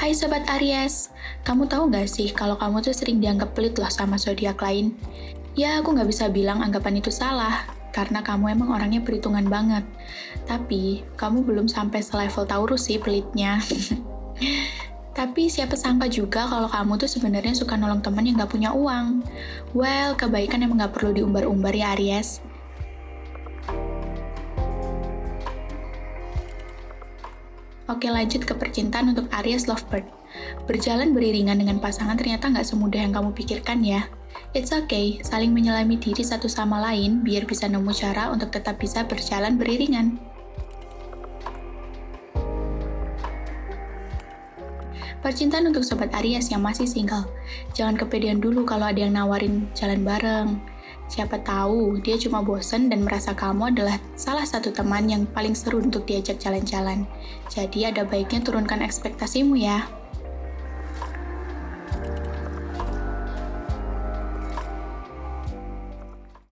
Hai Sobat Aries, kamu tahu nggak sih kalau kamu tuh sering dianggap pelit loh sama zodiak lain? Ya, aku nggak bisa bilang anggapan itu salah, karena kamu emang orangnya perhitungan banget. Tapi, kamu belum sampai selevel Taurus sih pelitnya. Tapi siapa sangka juga kalau kamu tuh sebenarnya suka nolong teman yang nggak punya uang. Well, kebaikan emang nggak perlu diumbar-umbar ya Aries. Oke, lanjut ke percintaan untuk Aries Lovebird. Berjalan beriringan dengan pasangan ternyata nggak semudah yang kamu pikirkan ya. It's okay, saling menyelami diri satu sama lain biar bisa nemu cara untuk tetap bisa berjalan beriringan. Percintaan untuk Sobat Aries yang masih single. Jangan kepedean dulu kalau ada yang nawarin jalan bareng. Siapa tahu dia cuma bosen dan merasa kamu adalah salah satu teman yang paling seru untuk diajak jalan-jalan. Jadi ada baiknya turunkan ekspektasimu ya.